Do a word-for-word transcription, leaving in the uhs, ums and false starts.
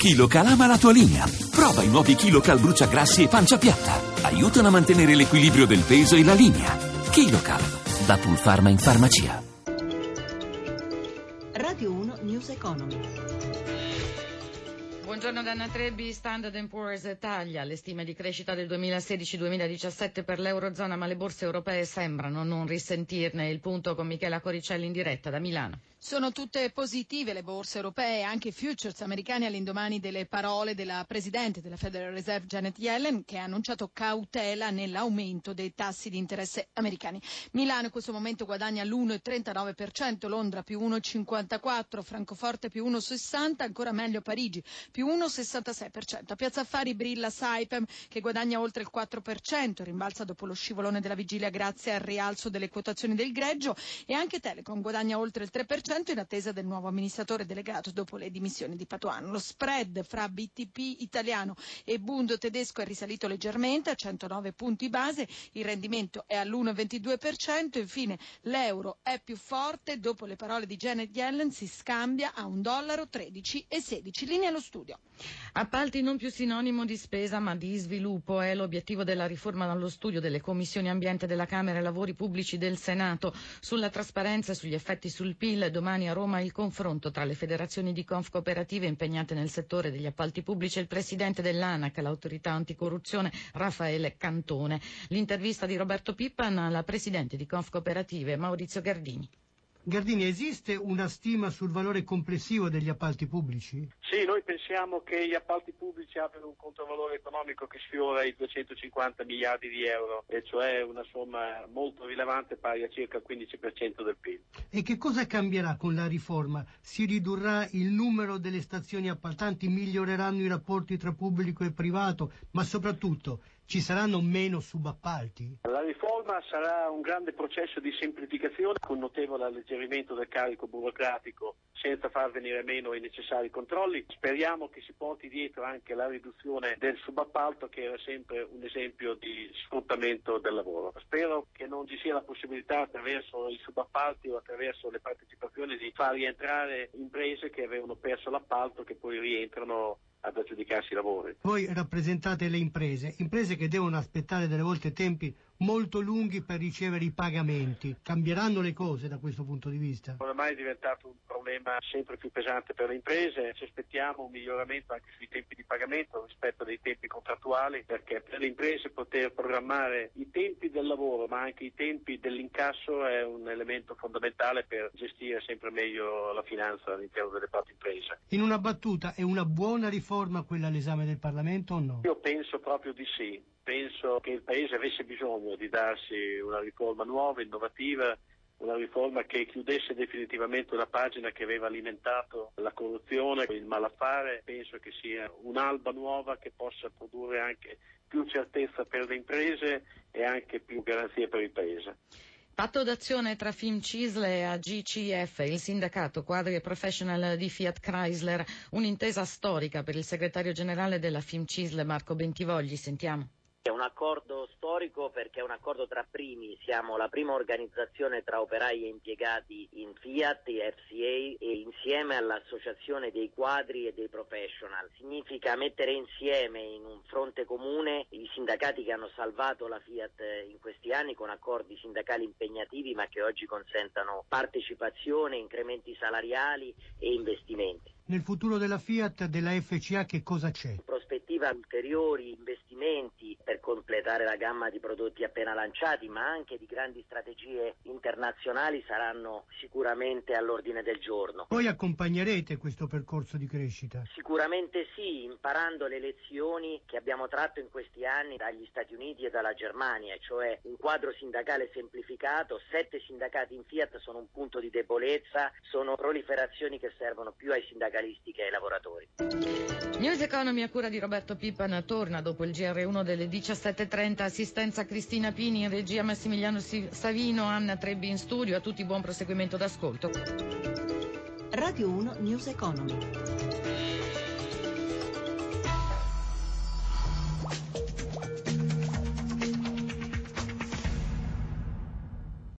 KiloCal ama la tua linea. Prova i nuovi KiloCal bruciagrassi e pancia piatta. Aiutano a mantenere l'equilibrio del peso e la linea. KiloCal, da Pulpharma in farmacia. Radio uno News Economy. Buongiorno da Anna Trebbi. Standard and Poor's taglia le stime di crescita del duemilasedici duemiladiciassette per l'Eurozona, ma le borse europee sembrano non risentirne. Il punto con Michela Coricelli in diretta da Milano. Sono tutte positive le borse europee, anche i futures americani all'indomani delle parole della Presidente della Federal Reserve Janet Yellen, che ha annunciato cautela nell'aumento dei tassi di interesse americani. Milano in questo momento guadagna l'uno virgola trentanove per cento, Londra più uno virgola cinquantaquattro per cento, Francoforte più uno virgola sessanta per cento, ancora meglio Parigi più uno virgola sessantasei per cento. A Piazza Affari brilla Saipem che guadagna oltre il quattro per cento, rimbalza dopo lo scivolone della vigilia grazie al rialzo delle quotazioni del greggio, e anche Telecom guadagna oltre il tre per cento in attesa del nuovo amministratore delegato dopo le dimissioni di Patuano. Lo spread fra B T P italiano e Bund tedesco è risalito leggermente a centonove punti base, il rendimento è all'uno virgola ventidue per cento. Infine l'euro è più forte, dopo le parole di Janet Yellen si scambia a un dollaro tredici e sedici. Linea allo studio. Appalti non più sinonimo di spesa ma di sviluppo è l'obiettivo della riforma dallo studio delle commissioni ambiente della Camera e lavori pubblici del Senato. Sulla trasparenza e sugli effetti sul P I L domani a Roma il confronto tra le federazioni di Confcooperative impegnate nel settore degli appalti pubblici e il presidente dell'ANAC, l'autorità anticorruzione, Raffaele Cantone. L'intervista di Roberto Pippan alla presidente di Confcooperative, Maurizio Gardini. Gardini, esiste una stima sul valore complessivo degli appalti pubblici? Sì, noi pensiamo che gli appalti pubblici abbiano un controvalore economico che sfiora i duecentocinquanta miliardi di euro, e cioè una somma molto rilevante, pari a circa il quindici per cento del P I L. E che cosa cambierà con la riforma? Si ridurrà il numero delle stazioni appaltanti, miglioreranno i rapporti tra pubblico e privato, ma soprattutto ci saranno meno subappalti? La riforma sarà un grande processo di semplificazione con notevole alleggerimento del carico burocratico, senza far venire meno i necessari controlli. Speriamo che si porti dietro anche la riduzione del subappalto, che era sempre un esempio di sfruttamento del lavoro. Spero che non ci sia la possibilità, attraverso i subappalti o attraverso le partecipazioni, di far rientrare imprese che avevano perso l'appalto, che poi rientrano ad aggiudicarsi i lavori. Voi rappresentate le imprese, imprese che devono aspettare delle volte tempi molto lunghi per ricevere i pagamenti. Cambieranno le cose da questo punto di vista? Ormai è diventato un problema sempre più pesante per le imprese. Ci aspettiamo un miglioramento anche sui tempi di pagamento rispetto dei tempi contrattuali, perché per le imprese poter programmare i tempi del lavoro ma anche i tempi dell'incasso è un elemento fondamentale per gestire sempre meglio la finanza all'interno delle proprie imprese. In una battuta, è una buona riforma quella all'esame del Parlamento o no? Io penso proprio di sì. Penso che il Paese avesse bisogno di darsi una riforma nuova, innovativa, una riforma che chiudesse definitivamente una pagina che aveva alimentato la corruzione, il malaffare. Penso che sia un'alba nuova che possa produrre anche più certezza per le imprese e anche più garanzie per il Paese. Patto d'azione tra Fiumcisl e A G C F, il sindacato quadri e professional di Fiat Chrysler, un'intesa storica per il segretario generale della Fiumcisl, Marco Bentivogli. Sentiamo. È un accordo storico perché è un accordo tra primi, siamo la prima organizzazione tra operai e impiegati in Fiat, F C A, e insieme all'associazione dei quadri e dei professional. Significa mettere insieme in un fronte comune i sindacati che hanno salvato la Fiat in questi anni con accordi sindacali impegnativi, ma che oggi consentano partecipazione, incrementi salariali e investimenti. Nel futuro della Fiat, della F C A, che cosa c'è? In prospettiva ulteriori investimenti per completare la gamma di prodotti appena lanciati, ma anche di grandi strategie internazionali saranno sicuramente all'ordine del giorno. Voi accompagnerete questo percorso di crescita? Sicuramente sì, imparando le lezioni che abbiamo tratto in questi anni dagli Stati Uniti e dalla Germania, cioè un quadro sindacale semplificato. Sette sindacati in Fiat sono un punto di debolezza, sono proliferazioni che servono più ai sindacalisti che ai lavoratori. News Economy a cura di Roberto Pippan torna dopo il G R uno delle diciassette e trenta. Assistenza Cristina Pini, in regia Massimiliano Savino, Anna Trebbi in studio. A tutti buon proseguimento d'ascolto. Radio uno News Economy.